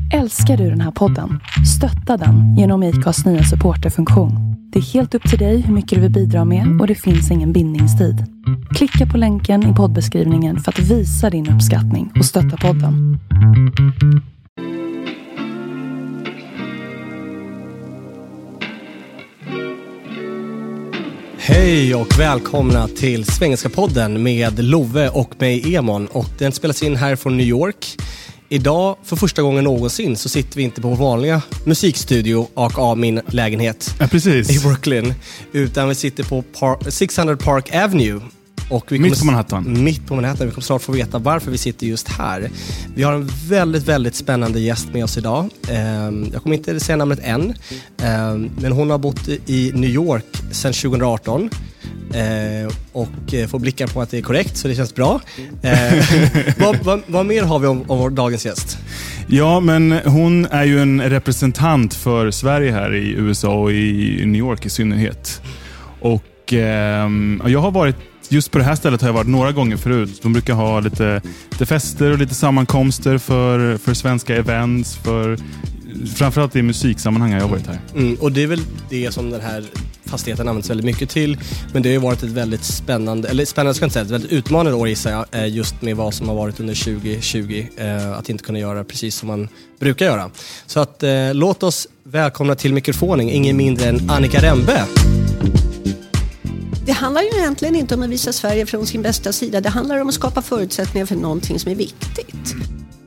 Älskar du den här podden? Stötta den genom IKAs nya supporterfunktion. Det är helt upp till dig hur mycket du vill bidra med och det finns ingen bindningstid. Klicka på länken i poddbeskrivningen för att visa din uppskattning och stötta podden. Hej och välkomna till Svengelska podden med Love och mig Emon. Och den spelas in här från New York. Idag, för första gången någonsin, så sitter vi inte på vår vanliga musikstudio och min lägenhet i Brooklyn. Utan vi sitter på 600 Park Avenue. Och vi mitt på Manhattan. Mitt på Manhattan. Vi kommer snart få veta varför vi sitter just här. Vi har en väldigt, väldigt spännande gäst med oss idag. Jag kommer inte säga namnet än. Men hon har bott i New York sedan 2018. Och får blickar på att det är korrekt, så det känns bra. Vad mer har vi om vår dagens gäst? Ja, men hon är ju en representant för Sverige här i USA och i New York i synnerhet. Och jag har varit, just på det här stället har jag varit några gånger förut. De brukar ha lite fester och lite sammankomster för svenska events, framförallt i musiksammanhang har jag varit här. Och det är väl det som den här fastigheten används väldigt mycket till. Men det har ju varit ett väldigt spännande ska jag inte säga, ett väldigt utmanande år gissar jag, just med vad som har varit under 2020. Att inte kunna göra precis som man brukar göra. Så att låt oss välkomna till mikrofonen ingen mindre än Annika Rembe. Det handlar ju egentligen inte om att visa Sverige från sin bästa sida. Det handlar om att skapa förutsättningar för någonting som är viktigt.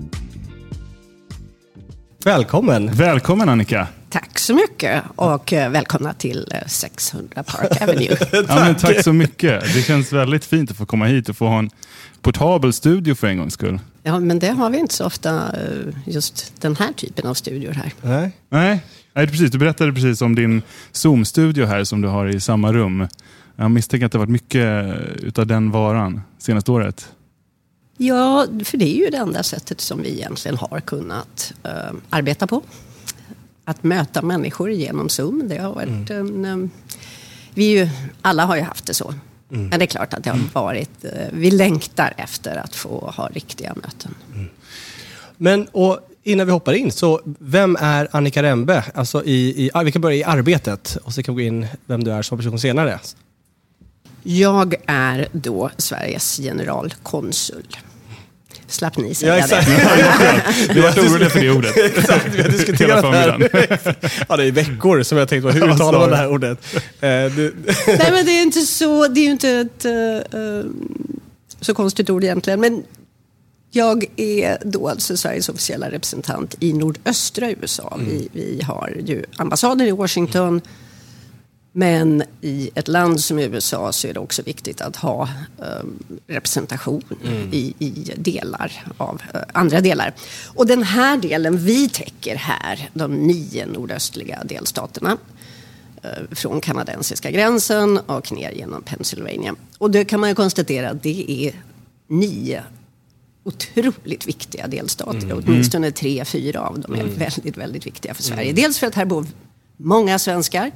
Välkommen! Välkommen Annika! Tack så mycket och välkomna till 600 Park Avenue. Tack så mycket. Det känns väldigt fint att få komma hit och få ha en portabel studio för en gångs skull. Ja, men det har vi inte så ofta, just den här typen av studior här. Nej, precis. Du berättade precis om din Zoom-studio här som du har i samma rum. Jag misstänker att det har varit mycket utav den varan senaste året. Ja, för det är ju det enda sättet som vi egentligen har kunnat arbeta på. Att möta människor genom Zoom, det har varit... alla har ju haft det så. Men det är klart att det har varit... vi längtar efter att få ha riktiga möten. Men och innan vi hoppar in, så vem är Annika Rembe? Alltså vi kan börja i arbetet och så kan vi gå in vem du är som person senare. Jag är då Sveriges generalkonsul. Slapp ni säga det. Vi har varit oroliga för det ordet. Exakt, vi har diskuterat det här. Ja, det är veckor som jag tänkt på. Hur uttalar man det här ordet? Nej, men det är inte så. Det är ju inte ett så konstigt ord egentligen. Men jag är då alltså Sveriges officiella representant i nordöstra USA. Vi har ju ambassader i Washington. Men i ett land som USA så är det också viktigt att ha representation i delar av andra delar. Och den här delen vi täcker här, de 9 nordöstliga delstaterna, från kanadensiska gränsen och ner genom Pennsylvania. Och det kan man ju konstatera att det är 9 otroligt viktiga delstater. Åtminstone 3-4 av dem är väldigt, väldigt viktiga för Sverige. Dels för att här bor många svenskar.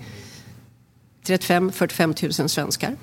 35-45 000 svenskar.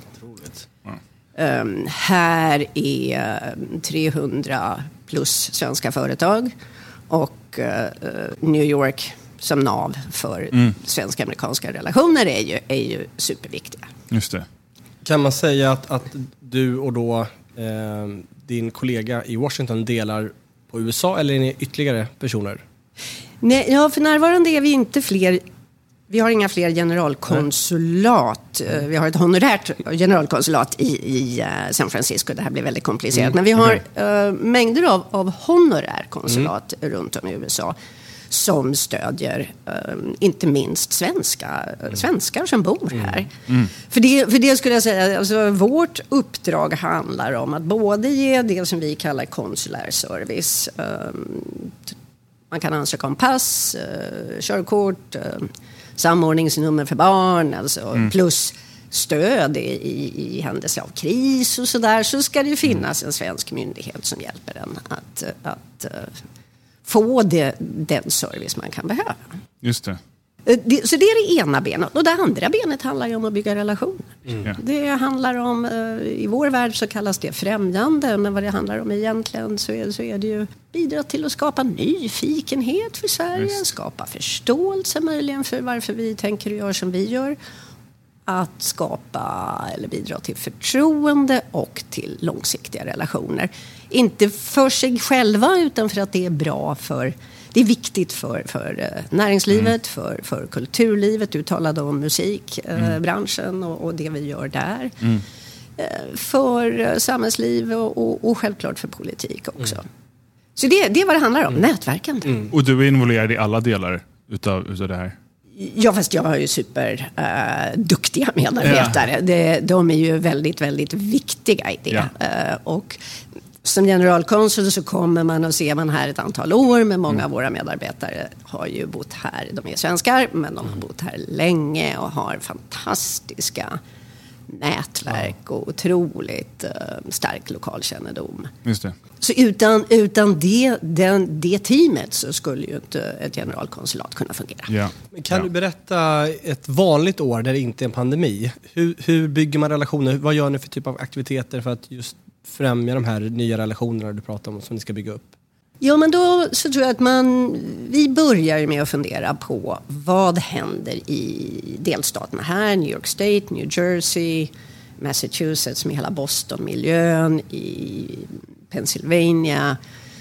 Här är 300 plus svenska företag och New York som nav för svensk-amerikanska relationer är ju superviktiga. Just det. Kan man säga att du och då din kollega i Washington delar på USA, eller är ni ytterligare personer? Nej, ja, för närvarande är vi inte fler. Vi har inga fler generalkonsulat. Vi har ett honorärt generalkonsulat i San Francisco. Det här blir väldigt komplicerat. Men vi har mängder av honorärkonsulat runt om i USA som stödjer inte minst svenskar som bor här. För det skulle jag säga, alltså, vårt uppdrag handlar om att både ge det som vi kallar konsulär service. Man kan ansöka om pass, körkort, samordningsnummer för barn, alltså, plus stöd i händelse av kris och sådär, så ska det ju finnas en svensk myndighet som hjälper en att få den service man kan behöva. Just det. Så det är det ena benet. Och det andra benet handlar ju om att bygga relationer. Det handlar om, i vår värld så kallas det främjande, men vad det handlar om egentligen så är det ju bidra till att skapa nyfikenhet för Sverige, skapa förståelse möjligen för varför vi tänker och gör som vi gör. Att skapa eller bidra till förtroende och till långsiktiga relationer. Inte för sig själva utan för att det är bra för... Det är viktigt för näringslivet, för kulturlivet. Du talade om musikbranschen och det vi gör där. För samhällsliv och självklart för politik också. Så det är vad det handlar om, nätverkande. Och du är involverad i alla delar utav det här? Ja, fast jag har ju superduktiga medarbetare. De är ju väldigt, väldigt viktiga i det. Och som generalkonsul så kommer man och ser man här ett antal år, men många av våra medarbetare har ju bott här. De är svenskar, men de har bott här länge och har fantastiska nätverk och otroligt stark lokalkännedom. Just det. Så utan det teamet så skulle ju inte ett generalkonsulat kunna fungera. Ja. Kan du berätta ett vanligt år där det inte är en pandemi? Hur bygger man relationer? Vad gör ni för typ av aktiviteter för att just främja de här nya relationerna du pratar om som ni ska bygga upp? Ja, men då så tror jag att vi börjar med att fundera på vad händer i delstaterna här, New York State, New Jersey, Massachusetts med hela Boston-miljön, i Pennsylvania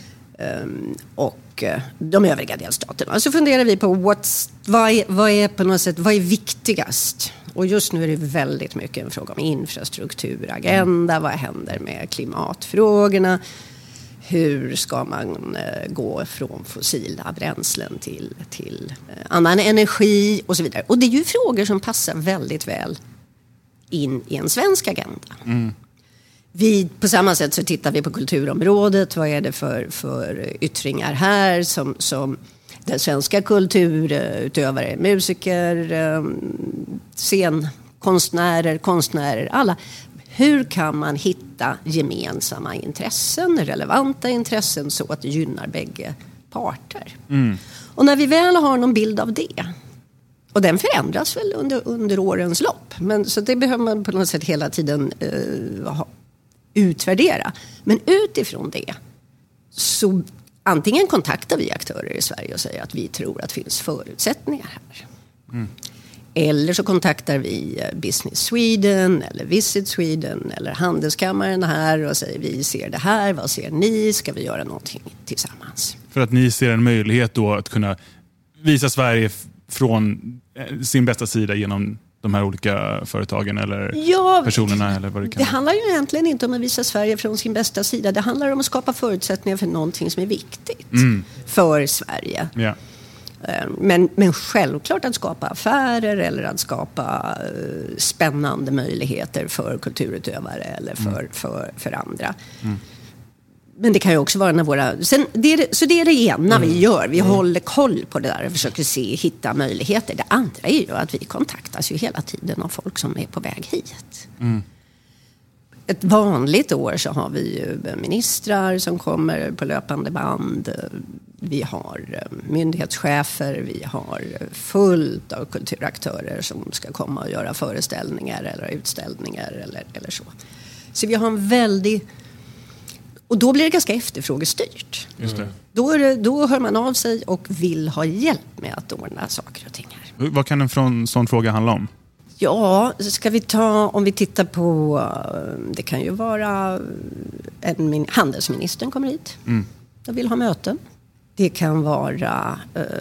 och de övriga delstaterna. Så funderar vi på vad är viktigast? Och just nu är det väldigt mycket en fråga om infrastrukturagenda. Vad händer med klimatfrågorna? Hur ska man gå från fossila bränslen till annan energi och så vidare. Och det är ju frågor som passar väldigt väl in i en svensk agenda. På samma sätt så tittar vi på kulturområdet. Vad är det för yttringar här som den svenska kulturutövare, musiker, konstnärer, alla. Hur kan man hitta gemensamma intressen, relevanta intressen så att det gynnar bägge parter? Och när vi väl har någon bild av det, och den förändras väl under årens lopp, men så det behöver man på något sätt hela tiden utvärdera. Men utifrån det så antingen kontaktar vi aktörer i Sverige och säger att vi tror att det finns förutsättningar här. Eller så kontaktar vi Business Sweden eller Visit Sweden eller Handelskammaren här och säger vi ser det här, vad ser ni, ska vi göra någonting tillsammans? För att ni ser en möjlighet då att kunna visa Sverige från sin bästa sida genom de här olika företagen eller personerna eller vad det kan vara. Det handlar ju egentligen inte om att visa Sverige från sin bästa sida. Det handlar om att skapa förutsättningar för någonting som är viktigt för Sverige. Ja. Men självklart att skapa affärer eller att skapa spännande möjligheter för kulturutövare eller för andra. Men det kan ju också vara när så det är det ena vi gör. Vi håller koll på det där och försöker hitta möjligheter. Det andra är ju att vi kontaktas ju hela tiden av folk som är på väg hit. Ett vanligt år så har vi ju ministrar som kommer på löpande band. Vi har myndighetschefer, vi har fullt av kulturaktörer som ska komma och göra föreställningar eller utställningar eller så. Så vi har en väldigt... Och då blir det ganska efterfrågestyrt. Just det. Då hör man av sig och vill ha hjälp med att ordna saker och ting här. Vad kan en sån fråga handla om? Ja, ska vi om vi tittar på, det kan ju vara handelsministern kommer hit och vill ha möten. Det kan vara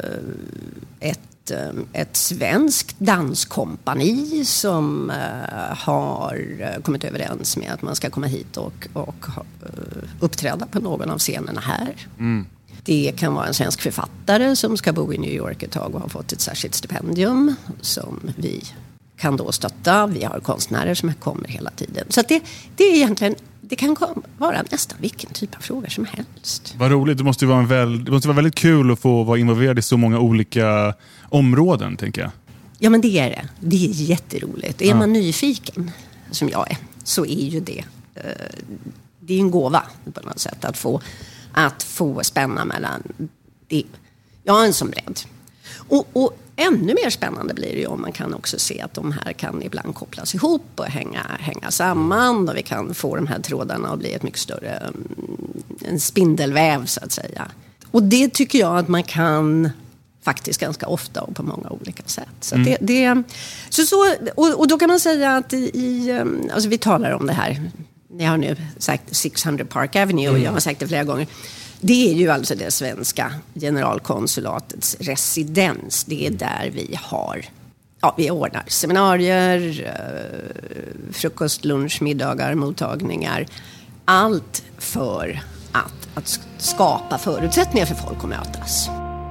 ett svenskt danskompani som har kommit överens med att man ska komma hit och uppträda på någon av scenerna här. Det kan vara en svensk författare som ska bo i New York ett tag och har fått ett särskilt stipendium som vi kan då stötta. Vi har konstnärer som kommer hela tiden. Så att det är egentligen, det kan vara nästan vilken typ av frågor som helst. Vad roligt, det måste vara väldigt kul att få vara involverad i så många olika områden, tänker jag. Ja, men det är det. Det är jätteroligt. Är man nyfiken, som jag är, så är ju det är en gåva på något sätt att få spänna mellan det. Jag har en som bredd. Och ännu mer spännande blir det ju om man kan också se att de här kan ibland kopplas ihop och hänga samman. Och vi kan få de här trådarna att bli ett mycket större, en spindelväv så att säga. Och det tycker jag att man kan faktiskt ganska ofta och på många olika sätt. Så och då kan man säga att alltså vi talar om det här. Ni har nu sagt 600 Park Avenue och jag har sagt det flera gånger. Det är ju alltså det svenska generalkonsulatets residens. Det är där vi ordnar seminarier, frukost, lunch, middagar, mottagningar. Allt för att skapa förutsättningar för folk att mötas.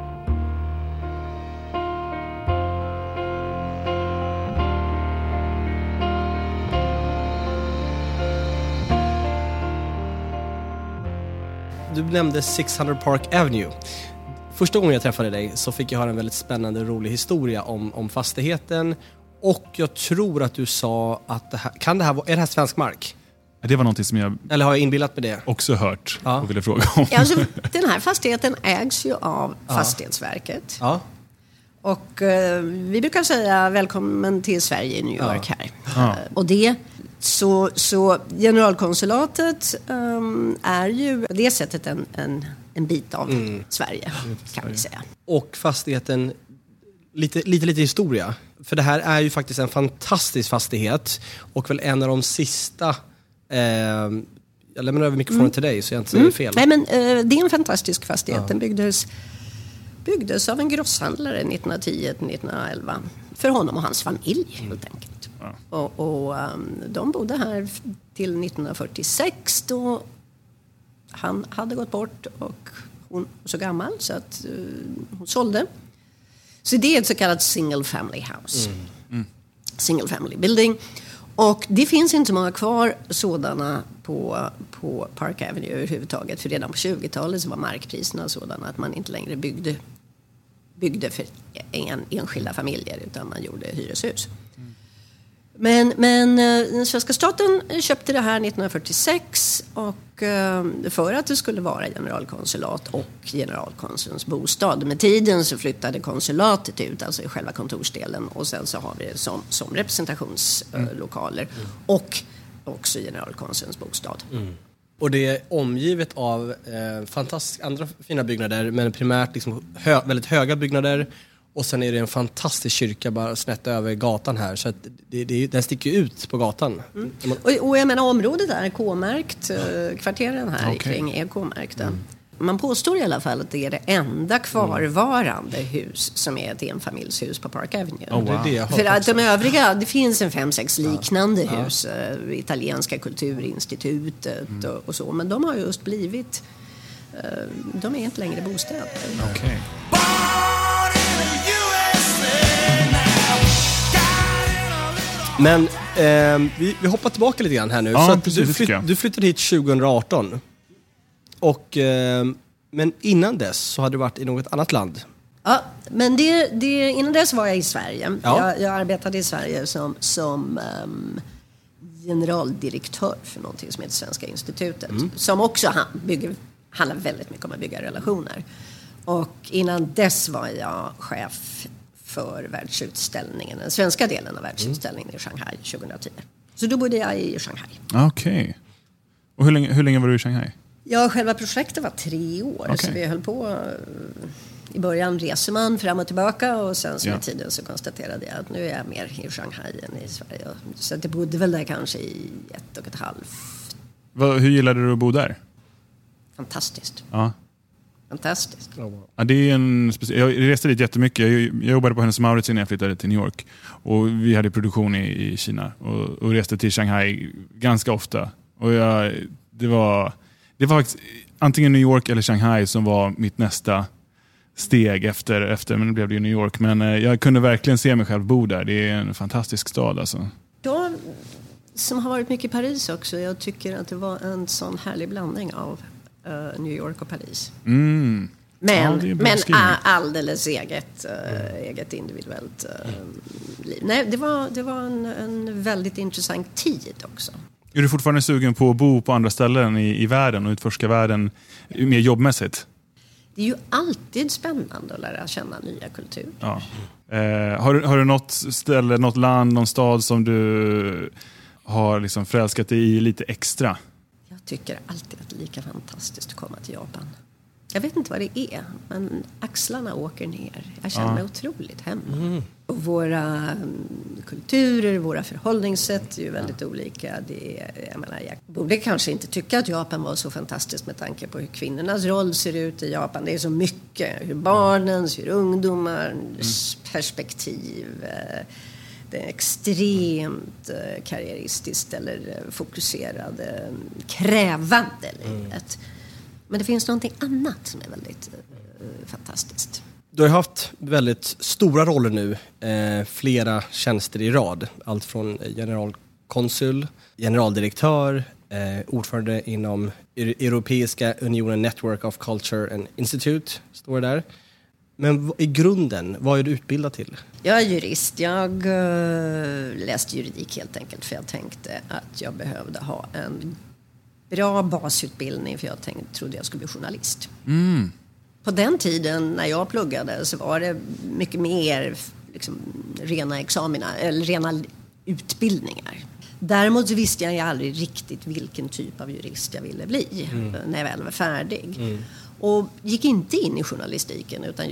Du nämnde 600 Park Avenue. Första gången jag träffade dig så fick jag höra en väldigt spännande och rolig historia om fastigheten. Och jag tror att du sa att är det här svensk mark? Det var någonting som jag Eller har jag inbillat med det? Också hört och ville fråga om. Alltså, den här fastigheten ägs ju av Fastighetsverket. Ja. Och vi brukar säga välkommen till Sverige i New York här. Ja. Och det så generalkonsulatet är ju på det sättet en bit av Sverige kan vi säga. Och fastigheten, lite historia. För det här är ju faktiskt en fantastisk fastighet och väl en av de sista. Jag lämnar över mikrofonen till dig så jag inte säger fel. Nej, men det är en fantastisk fastighet. Den byggdes av en grosshandlare 1910-1911 för honom och hans familj helt enkelt. Och de bodde här till 1946 då han hade gått bort och hon var så gammal så att hon sålde. Så det är ett så kallat single family house. Single family building. Och det finns inte många kvar sådana på Park Avenue överhuvudtaget. För redan på 20-talet så var markpriserna sådana att man inte längre byggde för enskilda familjer utan man gjorde hyreshus. Men den svenska staten köpte det här 1946 och för att det skulle vara generalkonsulat och generalkonsulns bostad. Med tiden så flyttade konsulatet ut, alltså i själva kontorsdelen, och sen så har vi det som representationslokaler och också generalkonsulns bostad. Och det är omgivet av fantastiska andra fina byggnader, men primärt liksom väldigt höga byggnader. Och sen är det en fantastisk kyrka bara snett över gatan här. Så att den sticker ut på gatan. Och jag menar området är K-märkt. Kvarteren här kring är K-märkta. Man påstår i alla fall att det är det enda kvarvarande hus som är ett enfamiljshus på Park Avenue. För att de övriga, det finns en 5-6 liknande hus. Italienska kulturinstitutet och så. Men de har just blivit, de är inte längre bostäder. Okay. Men vi hoppar tillbaka lite grann här nu. Ja, så att precis, du flyttade hit 2018. Och, men innan dess så hade du varit i något annat land. Ja, men innan dess var jag i Sverige. Ja. Jag arbetade i Sverige som generaldirektör för någonting som heter Svenska institutet. Som också handlar väldigt mycket om att bygga relationer. Och innan dess var jag chef för världsutställningen, den svenska delen av världsutställningen i Shanghai 2010. Så då bodde jag i Shanghai. Okej. Och hur länge var du i Shanghai? Ja, själva projektet var 3 år. Så vi höll på. I början reser man fram och tillbaka och sen med tiden så konstaterade jag att nu är jag mer i Shanghai än i Sverige. Så jag bodde väl där kanske i 1,5. Hur gillade du att bo där? Fantastiskt. Ja. Fantastiskt. Ja, det är jag reste dit jättemycket. Jag jobbade på Hennes & Mauritz innan jag flyttade till New York. Och vi hade produktion i Kina. Och reste till Shanghai ganska ofta. Och det var faktiskt antingen New York eller Shanghai som var mitt nästa steg efter. Men det blev det ju New York. Men jag kunde verkligen se mig själv bo där. Det är en fantastisk stad alltså. Jag som har varit mycket i Paris också. Jag tycker att det var en sån härlig blandning av New York och Paris. Men alldeles eget individuellt liv. Nej, det var en väldigt intressant tid också. Är du fortfarande sugen på att bo på andra ställen i världen och utforska världen mer jobbmässigt? Det är ju alltid spännande att lära känna nya kulturer. Ja. Har du något ställe, något land, någon stad som du har liksom förälskat dig i lite extra? Jag tycker alltid att det är lika fantastiskt att komma till Japan. Jag vet inte vad det är, men axlarna åker ner. Jag känner mig otroligt hemma. Och våra kulturer, våra förhållningssätt är ju väldigt olika. Jag borde kanske inte tycka att Japan var så fantastiskt med tanke på hur kvinnornas roll ser ut i Japan. Det är så mycket, hur barnens, hur ungdomars perspektiv. Det är extremt karriäristiskt eller fokuserade, krävande livet. Men det finns någonting annat som är väldigt fantastiskt. Du har haft väldigt stora roller nu, flera tjänster i rad. Allt från generalkonsul, generaldirektör, ordförande inom Europeiska unionen Network of Culture and Institute, står det där. Men i grunden, vad är du utbildad till? Jag är jurist. Jag läste juridik helt enkelt för jag tänkte att jag behövde ha en bra basutbildning för jag trodde jag skulle bli journalist. På den tiden när jag pluggade så var det mycket mer liksom, rena examina eller rena utbildningar. Däremot så visste jag aldrig riktigt vilken typ av jurist jag ville bli när jag väl var färdig. Och gick inte in i journalistiken utan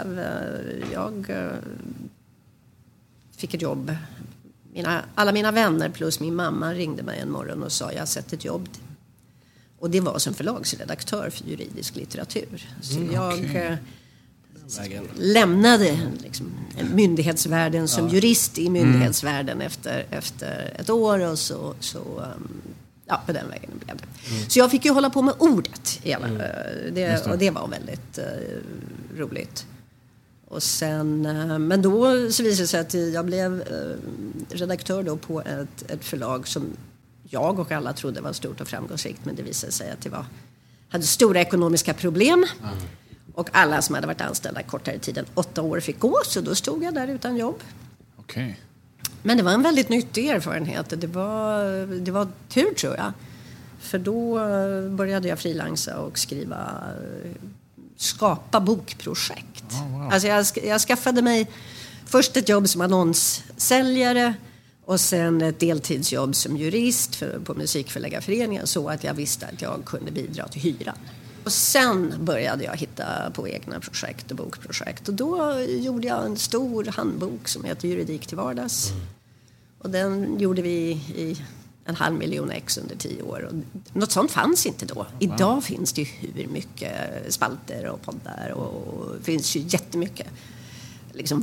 jag fick ett jobb. Alla mina vänner plus min mamma ringde mig en morgon och sa jag har sett ett jobb. Och det var som förlagsredaktör för juridisk litteratur. Så jag lämnade liksom myndighetsvärlden som jurist i myndighetsvärlden efter ett år och så på den vägen blev det. Så jag fick ju hålla på med ordet och det var väldigt roligt. Och sen, men då så visade det sig att jag blev redaktör då på ett förlag som jag och alla trodde var stort och framgångsrikt, men det visade sig att det hade stora ekonomiska problem. Och alla som hade varit anställda kortare tid än 8 år fick gå, så då stod jag där utan jobb. Okej. Men det var en väldigt nyttig erfarenhet. Det var tur tror jag. För då började jag frilansa och skapa bokprojekt. Wow. Alltså jag skaffade mig först ett jobb som annonssäljare och sen ett deltidsjobb som jurist på Musikförläggarföreningen så att jag visste att jag kunde bidra till hyran. Och sen började jag hitta på egna projekt och bokprojekt. Och då gjorde jag en stor handbok som heter Juridik till vardags. Och den gjorde vi i 500 000 ex under 10 år. Och något sånt fanns inte då. Idag finns det ju hur mycket spalter och poddar. Och det finns ju jättemycket liksom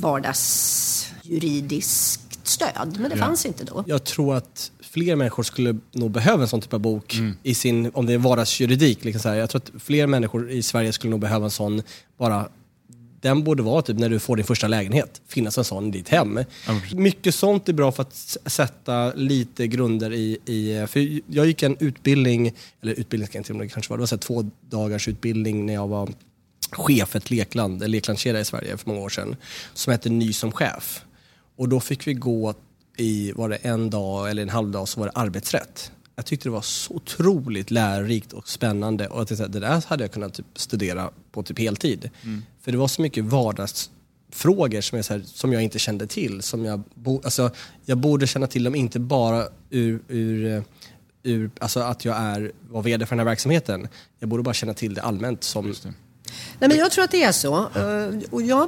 vardagsjuridiskt stöd. Men det fanns inte då. Jag tror att fler människor skulle nog behöva en sån typ av bok i sin, om det är vardagsjuridik. Liksom så här. Jag tror att fler människor i Sverige skulle nog behöva en sån bara. Den borde vara typ när du får din första lägenhet. Finnas en sån i ditt hem. Mycket sånt är bra för att sätta lite grunder i för jag gick en utbildning, eller utbildning ska jag inte, det kanske var, det var så här 2 dagars utbildning när jag var chef för ett leklandkedja i Sverige för många år sedan. Som hette Ny som chef. Och då fick vi gå var det en dag eller en halv dag så var det arbetsrätt. Jag tyckte det var så otroligt lärorikt och spännande. Och det där hade jag kunnat typ studera på typ heltid. För det var så mycket vardagsfrågor som, som jag inte kände till. Som jag borde känna till dem inte bara ur alltså att jag var vd för den här verksamheten. Jag borde bara känna till det allmänt. Nej, men jag tror att det är så. Och jag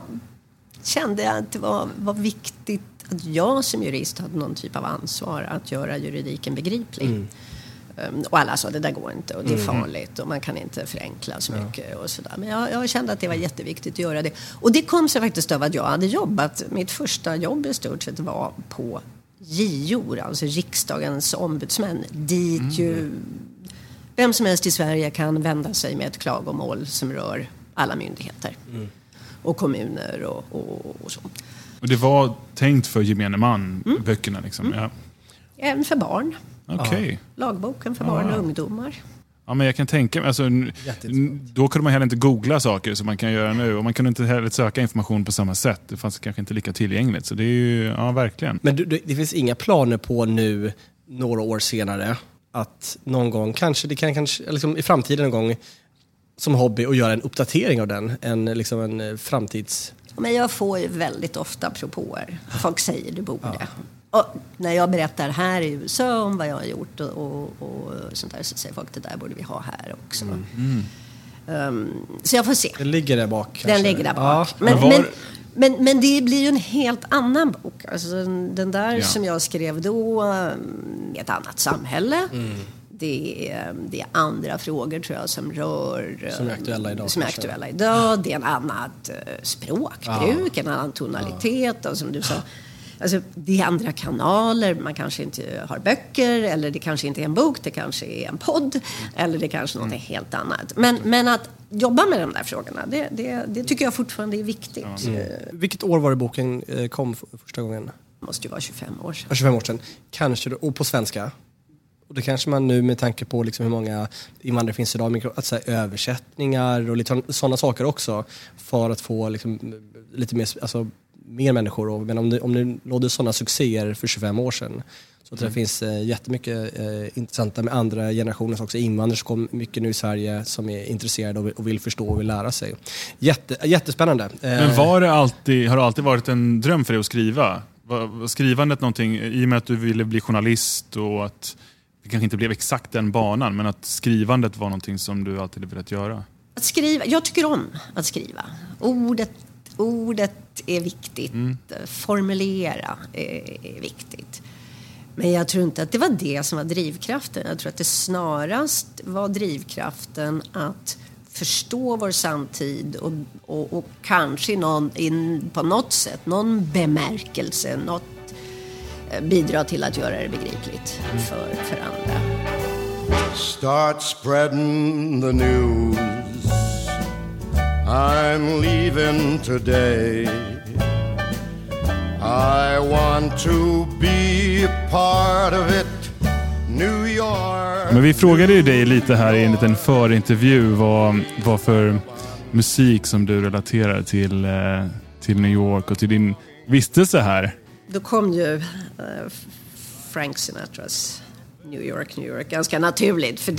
kände att det var viktigt att jag som jurist hade någon typ av ansvar att göra juridiken begriplig. Och alla sa det där går inte och det är farligt och man kan inte förenkla så mycket och sådär. Men jag kände att det var jätteviktigt att göra det. Och det kom sig faktiskt av att jag hade jobbat. Mitt första jobb i stort sett var på JO, alltså riksdagens ombudsmän. Dit ju vem som helst i Sverige kan vända sig med ett klagomål som rör alla myndigheter. Och kommuner och så. Och det var tänkt för gemene man, böckerna liksom? Ja. Även för barn. Okay. Lagboken för barn och ungdomar. Ja, men jag kan tänka mig, alltså, då kunde man heller inte googla saker som man kan göra nu. Och man kunde inte heller söka information på samma sätt. Det fanns kanske inte lika tillgängligt. Så det är ju, verkligen. Men det finns inga planer på nu, några år senare, att någon gång, kanske liksom i framtiden någon gång, som hobby och göra en uppdatering av den, en framtids... Men jag får ju väldigt ofta propåer. Folk säger du borde. Och när jag berättar här i USA om vad jag har gjort och sånt där, så säger folk det där borde vi ha här också. Så jag får se. Den ligger där bak. Kanske. Den ligger där bak. Ja. Men det blir ju en helt annan bok. Alltså, den där som jag skrev då, ett annat samhälle. Det är andra frågor tror jag som rör... Som är aktuella idag. Som är aktuella idag. Det är en annat språkbruk, en annan tonalitet. Och som du sa, alltså, det är andra kanaler. Man kanske inte har böcker. Eller det kanske inte är en bok. Det kanske är en podd. Eller det kanske är något helt annat. Men att jobba med de där frågorna, det tycker jag fortfarande är viktigt. Vilket år var det boken kom första gången? Det måste ju vara 25 år sedan. 25 år sedan. Kanske, och på svenska? Och det kanske man nu med tanke på liksom hur många invandrare finns idag, att säga, översättningar och lite sådana saker också för att få liksom, lite mer, alltså, mer människor. Men om det nådde sådana succéer för 25 år sedan så att det finns jättemycket intressanta med andra generationer också. Invandrare som kommer mycket nu i Sverige som är intresserade och vill förstå och vill lära sig. Jättespännande. Men har det alltid varit en dröm för dig att skriva? Var skrivandet någonting, i och med att du ville bli journalist och att det kanske inte blev exakt den banan, men att skrivandet var någonting som du alltid velat göra? Att skriva, jag tycker om att skriva. Ordet är viktigt. Formulera är viktigt. Men jag tror inte att det var det som var drivkraften. Jag tror att det snarast var drivkraften att förstå vår samtid och kanske på något sätt, någon bemärkelse, något bidra till att göra det begripligt för andra. Start spreading the news. I'm leaving today. I want to be a part of it. New York. Men vi frågade ju dig lite här i en liten förintervju vad för musik som du relaterar till New York och till din vistelse här. Då kom ju Frank Sinatras New York ganska naturligt. För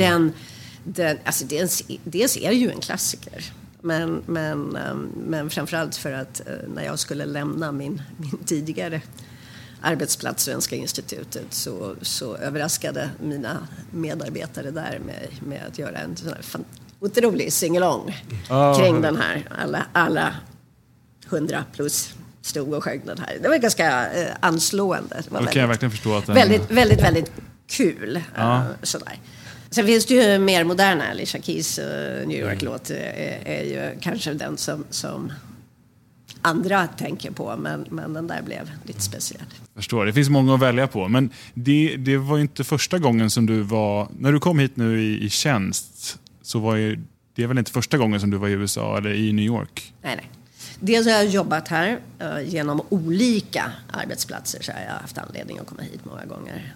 dels är ju en klassiker. Men framförallt för att när jag skulle lämna min tidigare arbetsplats, Svenska institutet, så överraskade mina medarbetare där med att göra en sån här otrolig singalong kring den här. Alla 100 plus stod och sjöng den här. Det var ganska anslående. Det kan jag verkligen förstå att väldigt, väldigt, väldigt kul. Sådär. Sen finns det ju mer moderna. Alicia Keys New York-låt är ju kanske den som andra tänker på. Men den där blev lite speciell. Jag förstår, det finns många att välja på. Men det var ju inte första gången som du var... När du kom hit nu i tjänst så var ju... Det är väl inte första gången som du var i USA eller i New York? Nej. Dels har jag jobbat här genom olika arbetsplatser, så har jag haft anledning att komma hit många gånger.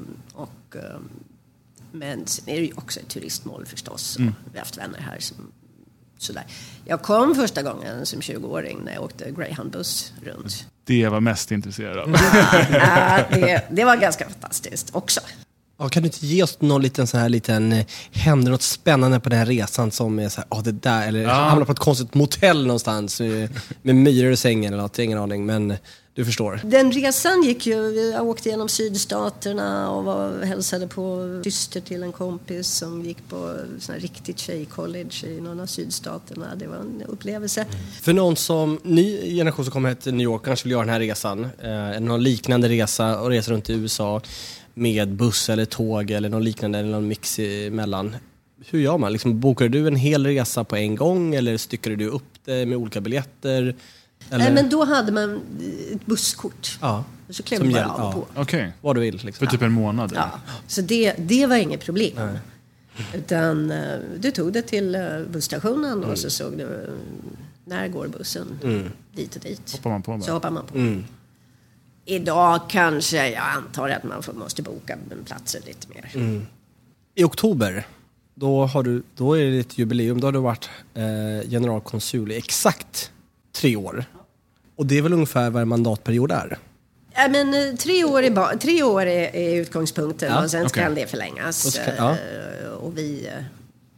Men sen är det ju också ett turistmål förstås. Vi har haft vänner här. Sådär. Jag kom första gången som 20-åring när jag åkte Greyhound-buss runt. Det var mest intresserad av. Det var ganska fantastiskt också. Ja, kan du inte ge oss någon liten händer något spännande på den här resan som är så här, det där, eller hamnar på ett konstigt motell någonstans med myror i sängen eller något, ingen aning, men du förstår. Den resan gick ju, jag åkte genom sydstaterna och hälsade på syster till en kompis som gick på sån här riktigt tjejcollege i någon av sydstaterna. Det var en upplevelse. För någon som ny generation som kommer till New York kanske vill göra den här resan, någon liknande resa och resa runt i USA med buss eller tåg eller någon liknande eller någon mix emellan. Hur gör man? Liksom, bokar du en hel resa på en gång eller styckar du upp det med olika biljetter? Eller? Nej, men då hade man ett busskort. Ja. Så klev man bara av på. Okej. Vad du vill. Liksom. För typ en månad? Ja. Så det var inget problem. Nej. Utan du tog det till busstationen och så såg du när går bussen dit och dit. Hoppar man på bara. Så hoppar man på. Idag kanske jag antar att man måste boka platser lite mer. I oktober då är det ett jubileum. Då har du varit generalkonsul i exakt 3 år. Och det är väl ungefär vad en mandatperiod är? Ja, men 3 år är utgångspunkten och sen kan det förlängas. Och vi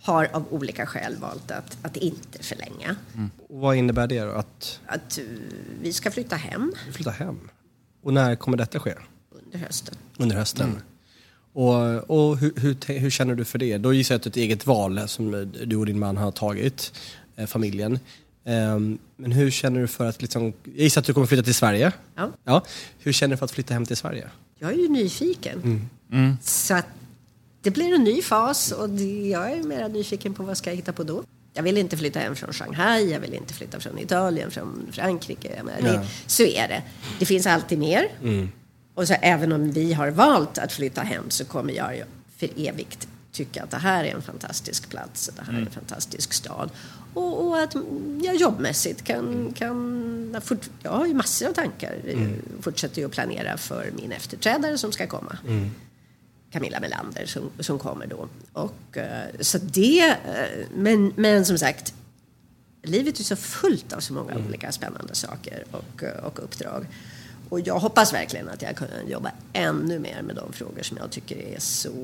har av olika skäl valt att inte förlänga. Och vad innebär det då? Att vi ska flytta hem Flytta hem? Och när kommer detta ske? under hösten. Och hur känner du för det? Då gissar jag att det är ett eget val som du och din man har tagit, familjen. Men hur känner du för att liksom, jag gissar att du kommer flytta till Sverige? Ja. Hur känner du för att flytta hem till Sverige? Jag är ju nyfiken. Så att det blir en ny fas och jag är mer nyfiken på vad ska jag hitta på då. Jag vill inte flytta hem från Shanghai, jag vill inte flytta från Italien, från Frankrike. Så är det. Det finns alltid mer. Och så även om vi har valt att flytta hem så kommer jag ju för evigt tycka att det här är en fantastisk plats, det här är en fantastisk stad. Och att jag jobbmässigt jag har ju massor av tankar. Fortsätter ju att planera för min efterträdare som ska komma. Camilla Melander som kommer då. Och så det, men som sagt, livet är så fullt av så många olika spännande saker och uppdrag. Och jag hoppas verkligen att jag kan jobba ännu mer med de frågor som jag tycker är så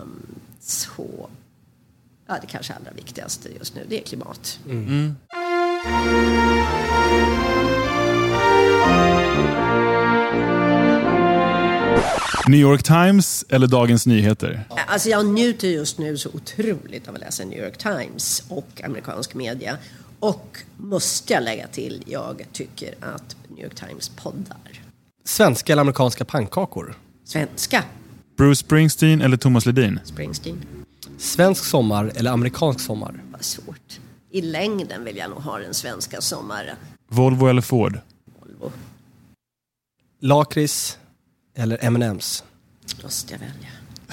det kanske allra viktigaste just nu, det är klimat. New York Times eller Dagens Nyheter? Alltså jag njuter just nu så otroligt av att läsa New York Times och amerikansk media. Och måste jag lägga till, jag tycker att New York Times poddar. Svenska eller amerikanska pannkakor? Svenska. Bruce Springsteen eller Thomas Ledin? Springsteen. Svensk sommar eller amerikansk sommar? Vad svårt. I längden vill jag nog ha den svenska sommaren. Volvo eller Ford? Volvo. Lakrits eller M&M's? Måste jag välja.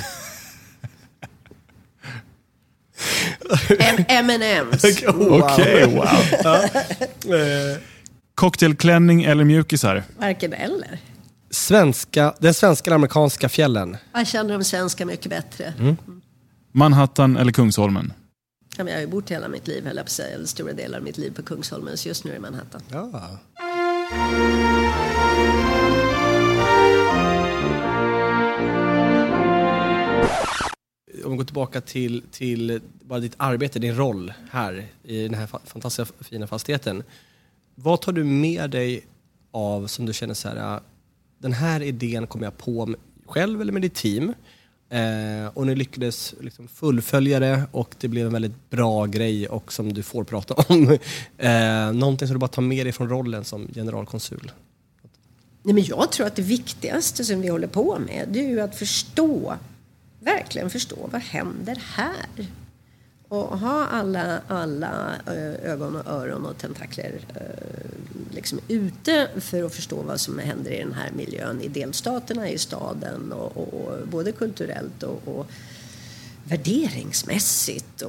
M&M's. Okej, wow. Cocktailklänning eller mjukisar? Varken eller. Den svenska eller amerikanska fjällen? Jag känner de svenska mycket bättre. Manhattan eller Kungsholmen? Ja, men jag har ju bott hela mitt liv, eller stora delar av mitt liv på Kungsholmen, så just nu är Manhattan. Ja. Om vi går tillbaka till bara ditt arbete, din roll här i den här fantastiska fina fastigheten. Vad tar du med dig av som du känner så här, den här idén kom jag på själv eller med ditt team och ni lyckades liksom fullfölja det och det blev en väldigt bra grej och som du får prata om. Någonting som du bara tar med dig från rollen som generalkonsul? Nej, men jag tror att det viktigaste som vi håller på med, det är ju att verkligen förstå vad händer här. Och ha alla ögon och öron och tentakler liksom ute för att förstå vad som händer i den här miljön, i delstaterna, i staden och både kulturellt och värderingsmässigt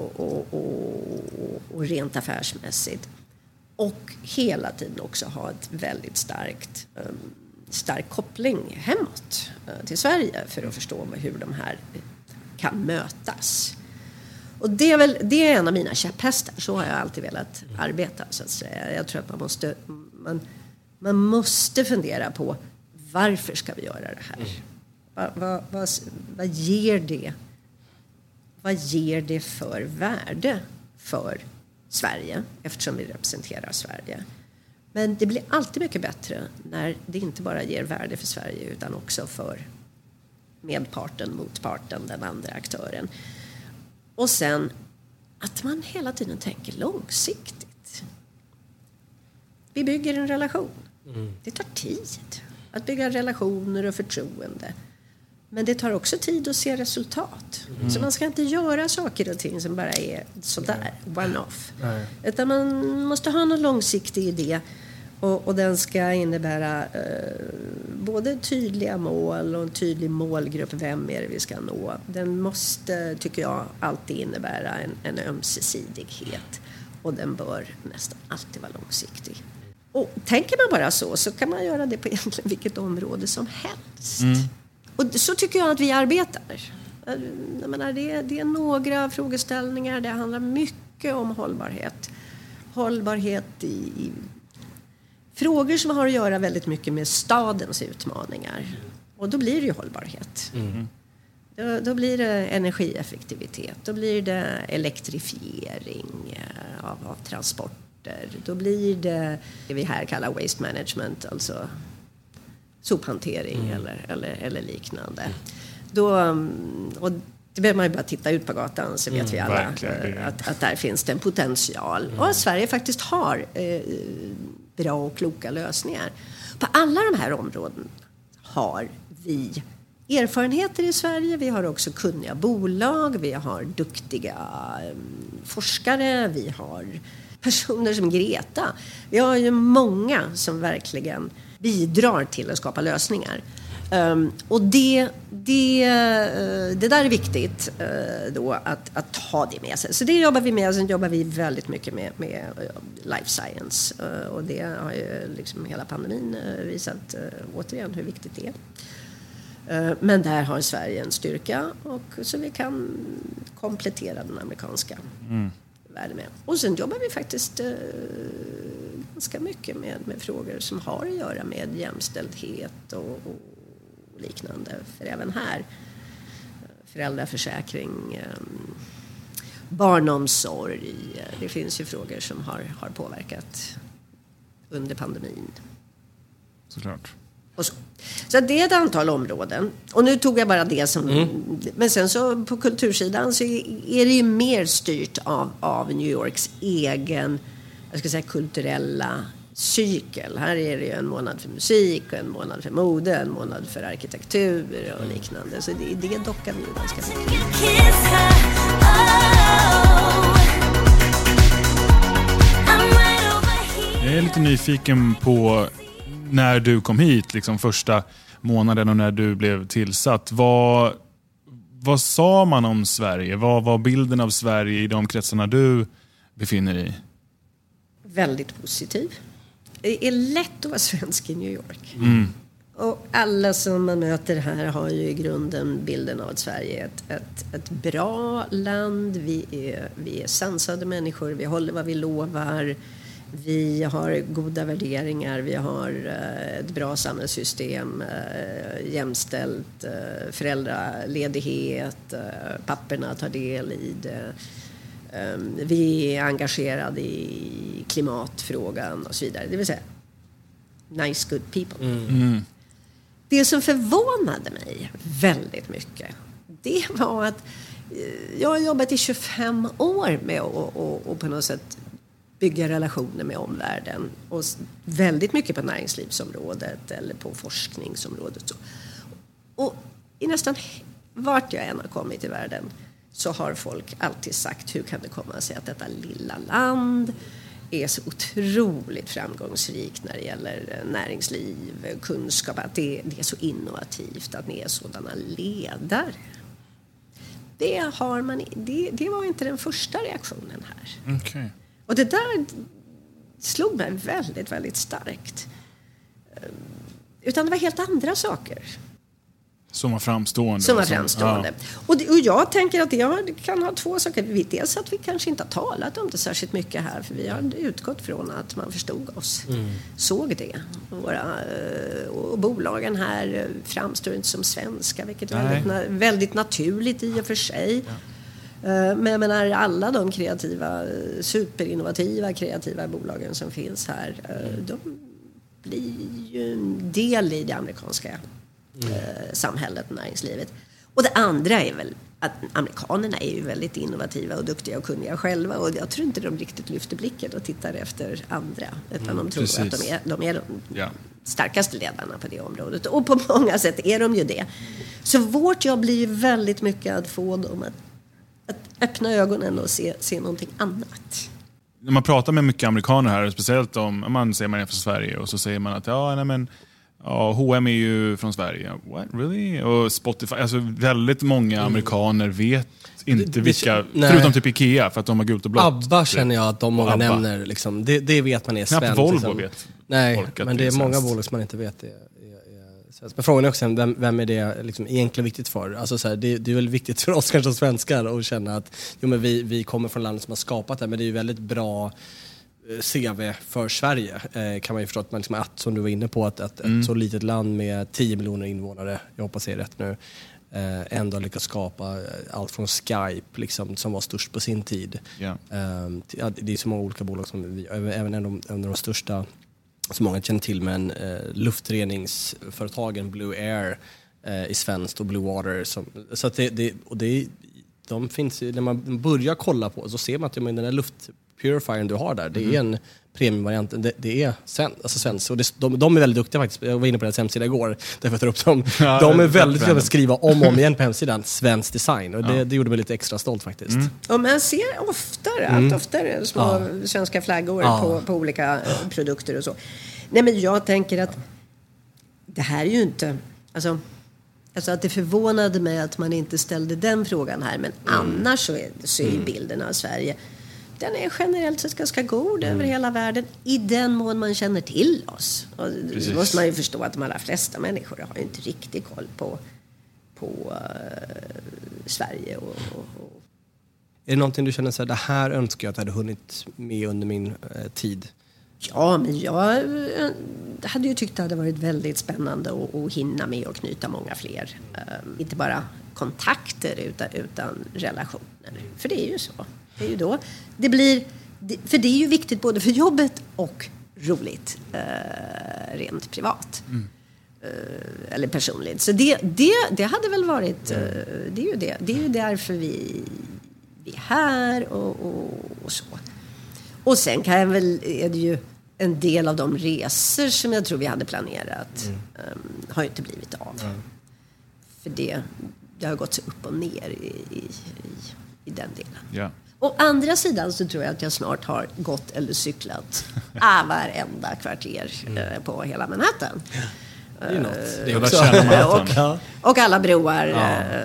och rent affärsmässigt. Och hela tiden också ha ett väldigt stark koppling hemåt till Sverige för att förstå hur de här kan mötas. Och det är en av mina käpphästar. Så har jag alltid velat arbeta, så att säga. Jag tror att man måste fundera på varför ska vi göra det här? Vad ger det? Vad ger det för värde för Sverige, eftersom vi representerar Sverige? Men det blir alltid mycket bättre när det inte bara ger värde för Sverige utan också för medparten, motparten, den andra aktören. Och sen att man hela tiden tänker långsiktigt. Vi bygger en relation. Det tar tid att bygga relationer och förtroende. Men det tar också tid att se resultat. Så man ska inte göra saker och ting som bara är sådär, one-off. Utan man måste ha någon långsiktig idé. Och den ska innebära både tydliga mål och en tydlig målgrupp. Vem är det vi ska nå? Den måste, tycker jag, alltid innebära en ömsesidighet. Och den bör nästan alltid vara långsiktig. Och tänker man bara så kan man göra det på egentligen vilket område som helst. Och så tycker jag att vi arbetar. Jag menar, det är några frågeställningar. Det handlar mycket om hållbarhet. Hållbarhet i frågor som har att göra väldigt mycket med stadens utmaningar. Och då blir det ju hållbarhet. Då blir det energieffektivitet, då blir det elektrifiering av transporter, då blir det vi här kallar waste management, alltså sophantering eller liknande. Och det behöver man ju bara titta ut på gatan så vet vi alla att där finns det en potential. Och att Sverige faktiskt har bra och kloka lösningar. På alla de här områden har vi erfarenheter i Sverige. Vi har också kunniga bolag, vi har duktiga forskare, vi har personer som Greta. Vi har ju många som verkligen bidrar till att skapa lösningar. Och det där är viktigt då att ha det med sig. Så det jobbar vi med. Sen jobbar vi väldigt mycket med life science. Och det har ju liksom hela pandemin visat återigen hur viktigt det är. Men där har Sverige en styrka och så vi kan komplettera den amerikanska världen med. Och sen jobbar vi faktiskt ganska mycket med frågor som har att göra med jämställdhet och liknande. För även här, föräldraförsäkring, barnomsorg, det finns ju frågor som har påverkat under pandemin. Såklart. Och så det är ett antal områden. Och nu tog jag bara det som... Men sen så på kultursidan så är det ju mer styrt av New Yorks egen, jag ska säga, kulturella cykel. Här är det ju en månad för musik, och en månad för mode, en månad för arkitektur och liknande. Så det dockar vi ju ganska mycket. Jag är lite nyfiken på när du kom hit, liksom första månaden och när du blev tillsatt. Vad sa man om Sverige? Vad var bilden av Sverige i de kretsarna du befinner dig i? Väldigt positiv. Det är lätt att vara svensk i New York. Och alla som man möter här har ju i grunden bilden av att Sverige är ett bra land. Vi är sansade människor, vi håller vad vi lovar. Vi har goda värderingar, vi har ett bra samhällssystem, jämställt, föräldraledighet, papporna tar del i det. Vi är engagerade i klimatfrågan och så vidare. Det vill säga, nice good people. Det som förvånade mig väldigt mycket, det var att jag har jobbat i 25 år med att på något sätt bygga relationer med omvärlden. Och väldigt mycket på näringslivsområdet eller på forskningsområdet. Och i nästan vart jag än har kommit i världen så har folk alltid sagt, hur kan det komma sig att detta lilla land är så otroligt framgångsrikt när det gäller näringsliv, kunskap, att det är så innovativt, att ni är sådana ledare. Det var inte den första reaktionen här. Okay. Och det där slog mig väldigt, väldigt starkt. Utan det var helt andra saker. Som var framstående. Som var framstående. Ja. Och jag tänker att det kan ha två saker. Dels att vi kanske inte har talat om det särskilt mycket här. För vi har utgått från att man förstod oss. Såg det. Och bolagen här framstår inte som svenska. Vilket är väldigt naturligt i och för sig. Ja. Men jag menar, alla de kreativa, superinnovativa kreativa bolagen som finns här, de blir ju en del i det amerikanska samhället, näringslivet. Och det andra är väl att amerikanerna är ju väldigt innovativa och duktiga och kunniga själva, och jag tror inte de riktigt lyfter blicken och tittar efter andra, utan de tror att de är de starkaste ledarna på det området, och på många sätt är de ju det. Så vårt jobb blir ju väldigt mycket att få dem att öppna ögonen och se någonting annat. När man pratar med mycket amerikaner här, speciellt om man säger man är från Sverige, och så säger man att H&M är ju från Sverige. What, really? Och Spotify, alltså väldigt många amerikaner vet inte vilka, förutom typ Ikea, för att de har gult och blått. ABBA känner jag att de många nämner. Liksom. Det vet man är svenskt. Knappt Volvo liksom. vet. Nej, men det är många bolag som man inte vet är svenskt. Men frågan är också, vem är det liksom egentligen viktigt för? Alltså, så här, det är väl viktigt för oss kanske som svenskar att känna att men vi kommer från landet som har skapat det, men det är ju väldigt bra CV för Sverige, kan man ju förstå att man liksom, som du var inne på, att ett så litet land med 10 miljoner invånare, jag hoppas det är rätt nu, ändå lyckats skapa allt från Skype liksom, som var störst på sin tid. Yeah. Det är så många olika bolag som vi, även en av de största som många känner till, men luftreningsföretagen Blue Air i svenskt och Blue Water så att de finns, när man börjar kolla på så ser man att den där luftpurifiern du har där, det är en premiumvariant, det är svenskt. Och de är väldigt duktiga faktiskt. Jag var inne på deras hemsida igår därför att jag tar upp dem. De är väldigt duktiga att skriva om och om igen på hemsidan svensk design, och det gjorde mig lite extra stolt faktiskt. Och man ser allt oftare små svenska flaggor på olika produkter och så. Nej, men jag tänker att det här är ju inte... Alltså att det förvånade mig att man inte ställde den frågan här. Men annars så är bilden av Sverige, den är generellt sett ganska god över hela världen. I den mån man känner till oss. Och då måste man ju förstå att de allra flesta människor har ju inte riktigt koll på Sverige. Är det någonting du känner så här, det här önskar jag att jag hade hunnit med under min tid? Ja, men jag hade ju tyckt att det hade varit väldigt spännande att hinna med och knyta många fler. Inte bara kontakter utan relationer. För det är ju så. Det är ju då det blir... För det är ju viktigt både för jobbet och roligt. Rent privat. Eller personligt. Så det hade väl varit... Det är ju det. Det är ju därför vi är här och så. Och sen är det ju en del av de resor som jag tror vi hade planerat har ju inte blivit av. För det har gått upp och ner i den delen. Ja. Å andra sidan så tror jag att jag snart har gått eller cyklat varenda kvarter på hela Manhattan. Det är något. Det är också. Och alla broar.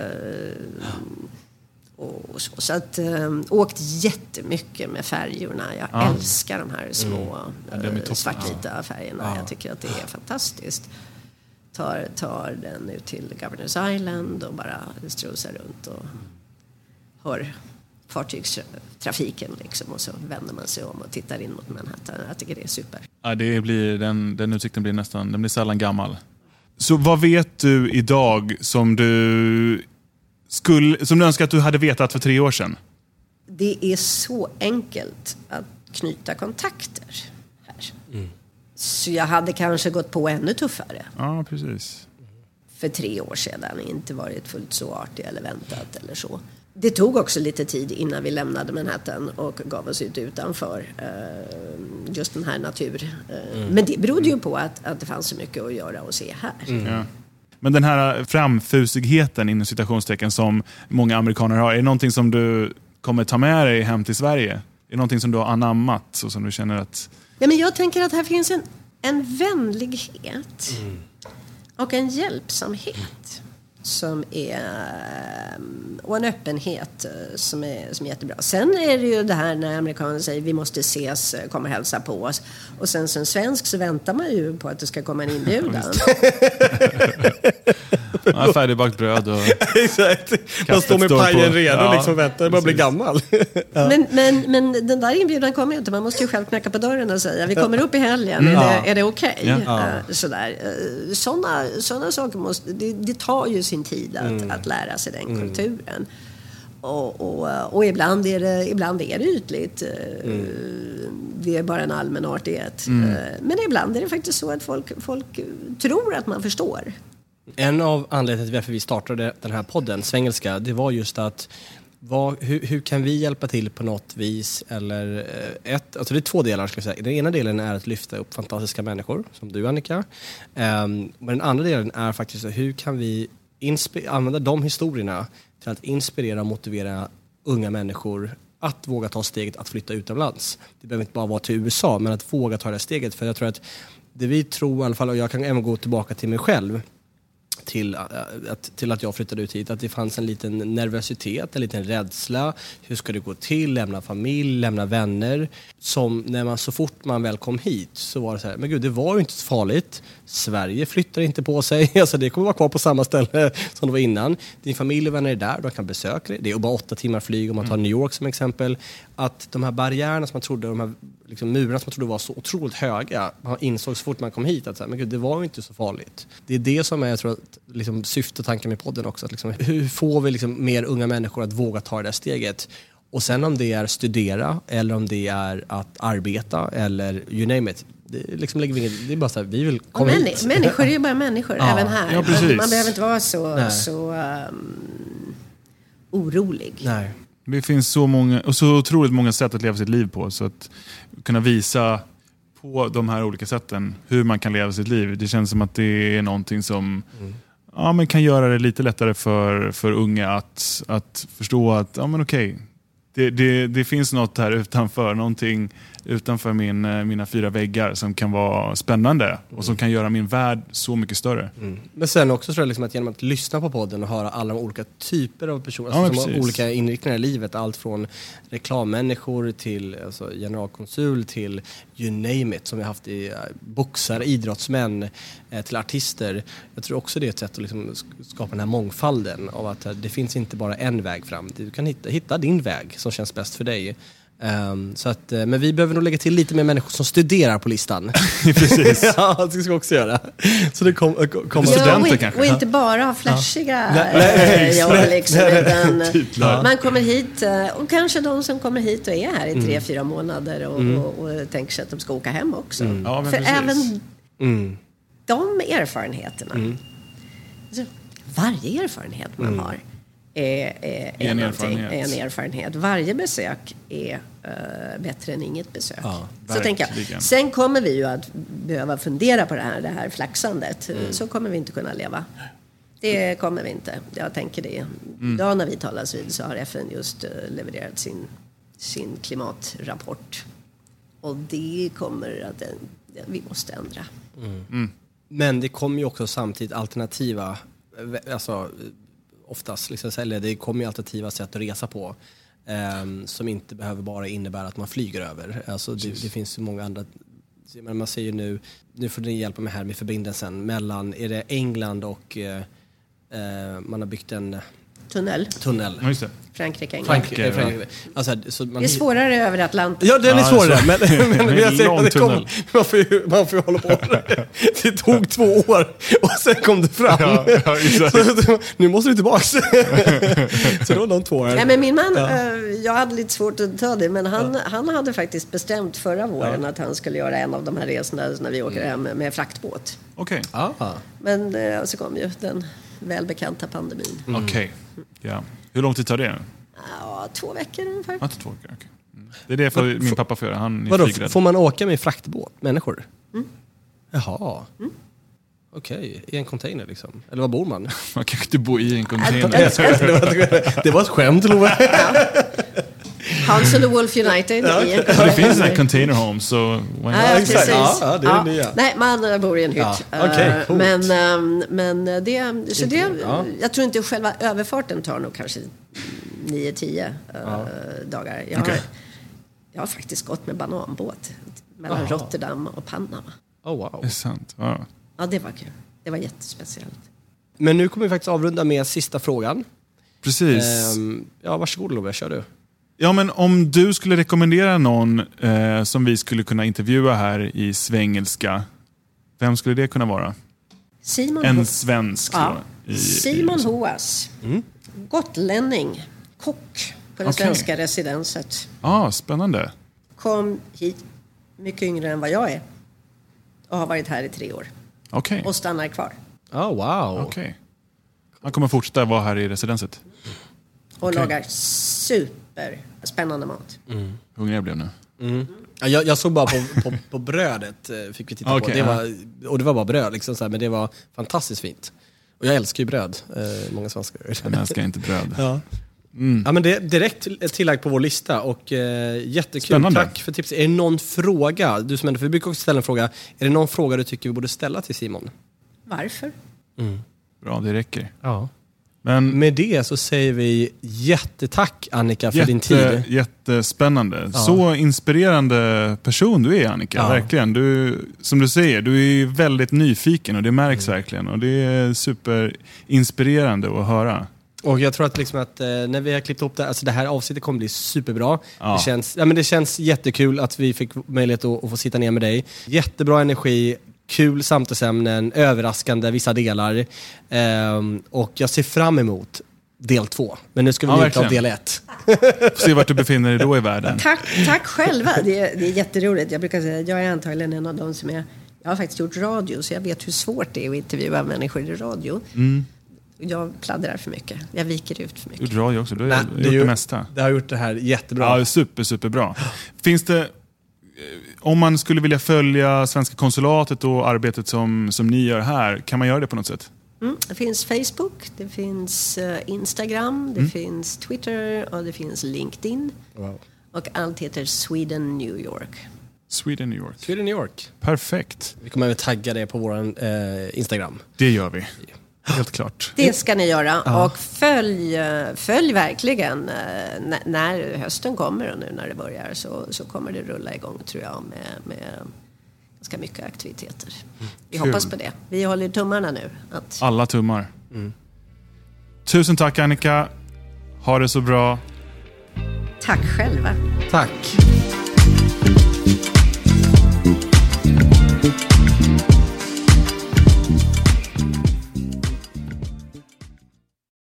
Så att åkt jättemycket med färjorna. Jag älskar de här små svartvita färgerna. Jag tycker att det är fantastiskt. Tar den ut till Governors Island och bara strosar runt och hör fartygstrafiken liksom, och så vänder man sig om och tittar in mot Manhattan. Jag tycker det är super. Ja, det blir den utsikten blir sällan gammal. Så vad vet du idag som du önskar att du hade vetat för 3 år sedan? Det är så enkelt att knyta kontakter här. Så jag hade kanske gått på ännu tuffare. Ja, precis. För 3 år sedan, inte varit fullt så artig eller väntat eller så. Det tog också lite tid innan vi lämnade Manhattan och gav oss ut utanför just den här natur. Men det berodde ju på att det fanns så mycket att göra och se här. Ja. Men den här framfusigheten inom citationstecken som många amerikaner har, är det någonting som du kommer ta med dig hem till Sverige? Är det någonting som du har anammat så som du känner att... Ja, men jag tänker att här finns en vänlighet och en hjälpsamhet som är, och en öppenhet som är jättebra. Sen är det ju det här när amerikaner säger vi måste ses, komma och hälsa på oss. Och sen som svensk så väntar man ju på att det ska komma en inbjudan. Ja, färdigbakt bröd och... Exakt. Man står med pajen redo liksom, väntar bara bli gammal. Men den där inbjudan kommer ju inte. Man måste ju själv knacka på dörren och säga vi kommer upp i helgen, är det okej? Sådana saker måste... Det tar ju sin tid att lära sig den kulturen. Och ibland är det ytligt. Det är bara en allmän artighet. Men ibland är det faktiskt så att folk tror att man förstår. En av anledningarna till varför vi startade den här podden, Svengelska, det var just att hur kan vi hjälpa till på något vis? Eller alltså det är 2 delar ska jag säga. Den ena delen är att lyfta upp fantastiska människor, som du Annika. Men den andra delen är faktiskt hur kan vi använda de historierna till att inspirera och motivera unga människor att våga ta steget att flytta utomlands. Det behöver inte bara vara till USA, men att våga ta det steget. För jag tror att det vi tror i alla fall, och jag kan även gå tillbaka till mig själv, till att jag flyttade ut hit, att det fanns en liten nervositet, en liten rädsla. Hur ska det gå till? Lämna familj, lämna vänner. Som när man så fort man väl kom hit så var det så här, men gud, det var ju inte så farligt. Sverige flyttar inte på sig. Alltså det kommer vara kvar på samma ställe som det var innan. Din familj och vänner är där, de kan besöka det. Det är bara 8 timmar flyg om man tar New York som exempel. Att de här barriärerna som man trodde, de här liksom murarna som man trodde var så otroligt höga, man insåg så fort man kom hit att så här, men gud, det var ju inte så farligt. Det är det som är, jag tror, liksom syfte och tanken med podden också. Att liksom, hur får vi liksom mer unga människor att våga ta det där steget? Och sen om det är studera eller om det är att arbeta eller you name it. Det liksom lägger vi inget, det är bara så här, vi vill komma hit. Människor är ju bara människor, även här. Ja, precis. Man behöver inte vara så orolig. Nej. Det finns så många och så otroligt många sätt att leva sitt liv på, så att kunna visa på de här olika sätten hur man kan leva sitt liv. Det känns som att det är någonting som men kan göra det lite lättare för unga att förstå att men okej. Det finns något här utanför, någonting utanför mina 4 väggar som kan vara spännande och som kan göra min värld så mycket större. Men sen också tror jag liksom att genom att lyssna på podden och höra alla de olika typer av personer som har olika inriktningar i livet, allt från reklammänniskor till generalkonsul till you name it, som vi har haft i boxare, idrottsmän till artister. Jag tror också det är ett sätt att liksom skapa den här mångfalden av att det finns inte bara en väg fram. Du kan hitta din väg som känns bäst för dig. Så att, men vi behöver nog lägga till lite mer människor som studerar på listan. Precis. Ja, det ska vi också göra. Så det kommer studenter kanske. Och inte bara ha flashiga jobb liksom, utan man kommer hit och kanske de som kommer hit och är här i 3-4 månader och tänker sig att de ska åka hem också. Ja, men för precis. även de erfarenheterna, alltså, varje erfarenhet man har är en erfarenhet. Varje besök är bättre än inget besök. Ja, så tänker jag. Sen kommer vi ju att behöva fundera på det här flaxandet. Så kommer vi inte kunna leva. Det kommer vi inte. Jag tänker det. Idag när vi talas vid så har FN just levererat sin klimatrapport. Och det kommer att vi måste ändra. Men det kommer ju också samtidigt alternativa, alltså oftast liksom, eller det kommer ju alternativa sätt att resa på som inte behöver bara innebära att man flyger över. Alltså det finns ju många andra, men man säger nu får ni hjälpa mig här med förbindelsen mellan, är det England och man har byggt en tunnel. Ja, just det. Frankrike. Alltså, så det är svårare över Atlanten. Ja, den är svårare. Men jag lång säger, man får ju hålla på. Det tog 2 år och sen kom det fram. Så, nu måste du tillbaka. Så det var de 2 år. Nej, men min man, jag hade lite svårt att ta det, men han hade faktiskt bestämt förra våren att han skulle göra en av de här resorna när vi åker hem med fraktbåt. Okej. Men så kom ju den välbekanta pandemin. Okej. Ja. Hur lång tid tar det? 2 veckor ungefär. 2 veckor, okej. Det är det för min pappa får göra. Han är Vadå, flygrädd. får man åka med fraktbåt, människor? Jaha. Okej, i en container liksom. Eller var bor man? Man kanske inte bor i en container. Det var ett skämt, Love. Hans och the Wolf United. Det finns en container home, så why not? Precis. Ja, det är det nya. Nej, man bor i en hytt. Okej, coolt. Men jag tror inte själva överfarten tar nog kanske 9-10 dagar. Jag har faktiskt gått med bananbåt mellan Rotterdam och Panama. Oh, wow. Det är sant. Ja. Ja, det var kul. Det var jättespeciellt. Men nu kommer vi faktiskt avrunda med sista frågan. Precis. Varsågod Love, kör du. Ja, men om du skulle rekommendera någon som vi skulle kunna intervjua här i svengelska, vem skulle det kunna vara? En svensk. Simon Hoas. Gotlänning. Kock på det svenska residenset. Spännande. Kom hit mycket yngre än vad jag är. Och har varit här i 3 år. Okej. Och stannar kvar. Wow. Okej. Han kommer fortsätta vara här i residenset. Och lagar superspännande mat. Hungrig jag blev nu. Jag såg bara på brödet, fick vi titta på. Och det var bara bröd liksom, så här, men det var fantastiskt fint. Och jag älskar ju bröd, många svenskar. Jag älskar inte bröd. Ja, men det är direkt tillagt på vår lista och jättekul. Spännande. Tack för tips. Är det någon fråga, du som ändå, för vi brukar också ställa en fråga, är det någon fråga du tycker vi borde ställa till Simon? Varför? Bra, det räcker. Ja. Men med det så säger vi jättetack Annika för din tid. Jättespännande. Ja. Så inspirerande person du är, Annika. Verkligen. Du, som du säger, du är väldigt nyfiken och det märks verkligen. Och det är superinspirerande att höra. Och jag tror att, liksom att när vi har klippt upp det, alltså det här avsnittet kommer bli superbra. Ja. Det känns jättekul att vi fick möjlighet att få sitta ner med dig. Jättebra energi, kul samtalsämnen, överraskande vissa delar. Och jag ser fram emot del 2. Men nu ska vi njuta av del 1. Får se vart du befinner dig då i världen. Tack själva. Det är jätteroligt. Jag brukar säga att jag är antagligen en av dem som jag har faktiskt gjort radio, så jag vet hur svårt det är att intervjua människor i radio. Jag pladdrar för mycket. Jag viker ut för mycket. Du drar ju också. Du har gjort det mesta. Det har gjort det här jättebra. Ja, superbra. Finns det, om man skulle vilja följa Svenska konsulatet och arbetet som ni gör här, kan man göra det på något sätt? Det finns Facebook, det finns Instagram, det finns Twitter och det finns LinkedIn. Wow. Och allt heter Sweden New York. Sweden New York. Sweden New York. Perfekt. Vi kommer även tagga det på vår Instagram. Det gör vi. Helt klart. Det ska ni göra. Och följ verkligen när hösten kommer och nu när det börjar så kommer det rulla igång, tror jag, med ganska mycket aktiviteter. Vi hoppas på det. Vi håller tummarna nu. Alla tummar. Tusen tack, Annika. Ha det så bra. Tack själva. Tack.